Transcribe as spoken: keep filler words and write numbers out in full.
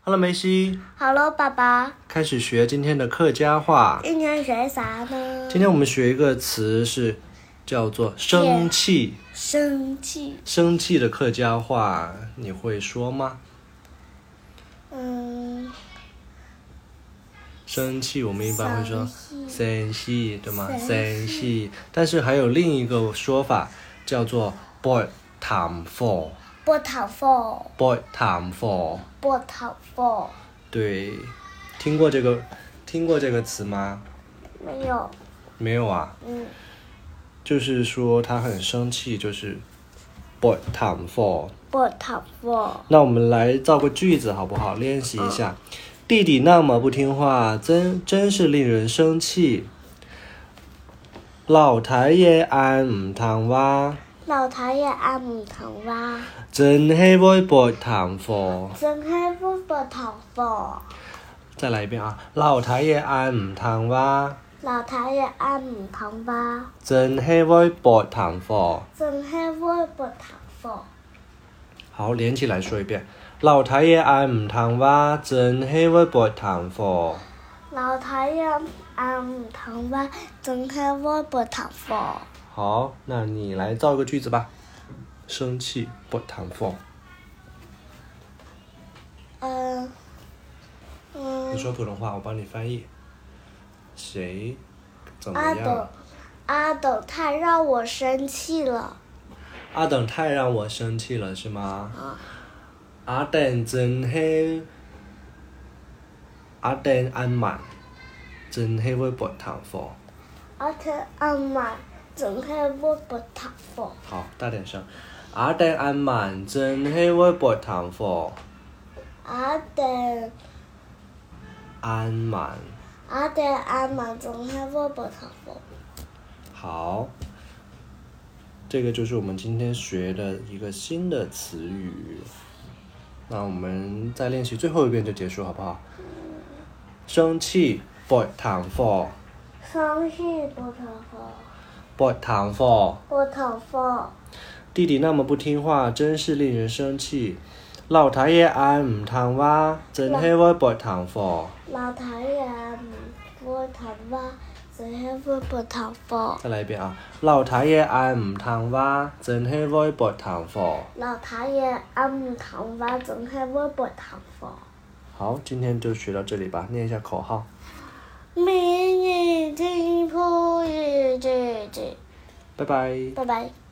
Hello， 梅西。 Hello， 爸爸。 开始学今天的客家话。 今天学啥呢？ 今天我们学一个词是叫做生气。 生气。 生气的客家话你会说吗？ 嗯。 生气我们一般会说生气，对吗？生气。但是还有另一个说法叫做撥談火。 撥談火。 撥談火。 撥談火。 对，听過這個聽過這個詞嗎？ 沒有。 沒有啊。 嗯。 就是說他很生氣，就是撥談火。 撥談火。 那我們來造個句子好不好？練習一下。嗯、弟弟那麼不聽話，真真是令人生氣。老太爺嗌唔聽話。 老太爺嗌唔聽話。 真係會撥談火。 真係會撥談火。 再來一遍啊！老太爺嗌唔聽話。 老太爺嗌唔聽話。 真係會撥談火。 真係會撥談火。 好，連起來說一遍。老太爺嗌唔聽話，真係會撥談火。 老太爺嗌唔聽話，真係會撥談火。 好，那你來造個句子吧。生氣撥談火。 嗯嗯。 你說普通話，我幫你翻譯。誰？怎麼樣？ 阿等，阿等太讓我生氣了。 阿等太讓我生氣了，是嗎？ 啊。 阿等真係，阿等按慢，真係會撥談火。 阿等按慢，真係會撥談火。 好，大點聲。阿等按慢，真係會撥談火。 阿等按慢。 阿等按慢，真係會撥談火。 好，這個就是我們今天學的一個新的詞語。那我們再練習最後一遍就結束，好不好？生氣撥談火。 生氣撥談火。 撥談火。 撥談火。 弟弟那麼不聽話，真是令人生氣。老太爺嗌唔聽話，真係會撥談火。 老太爺唔撥談話，真係會撥談火。 再來一遍啊！老太爺嗌唔聽話，真係會撥談火。 老太爺嗌唔聽話，真係會撥談火。 好，今天就學到這裡吧，念一下口號。 明日金鋪日姐姐。 拜拜。 拜拜。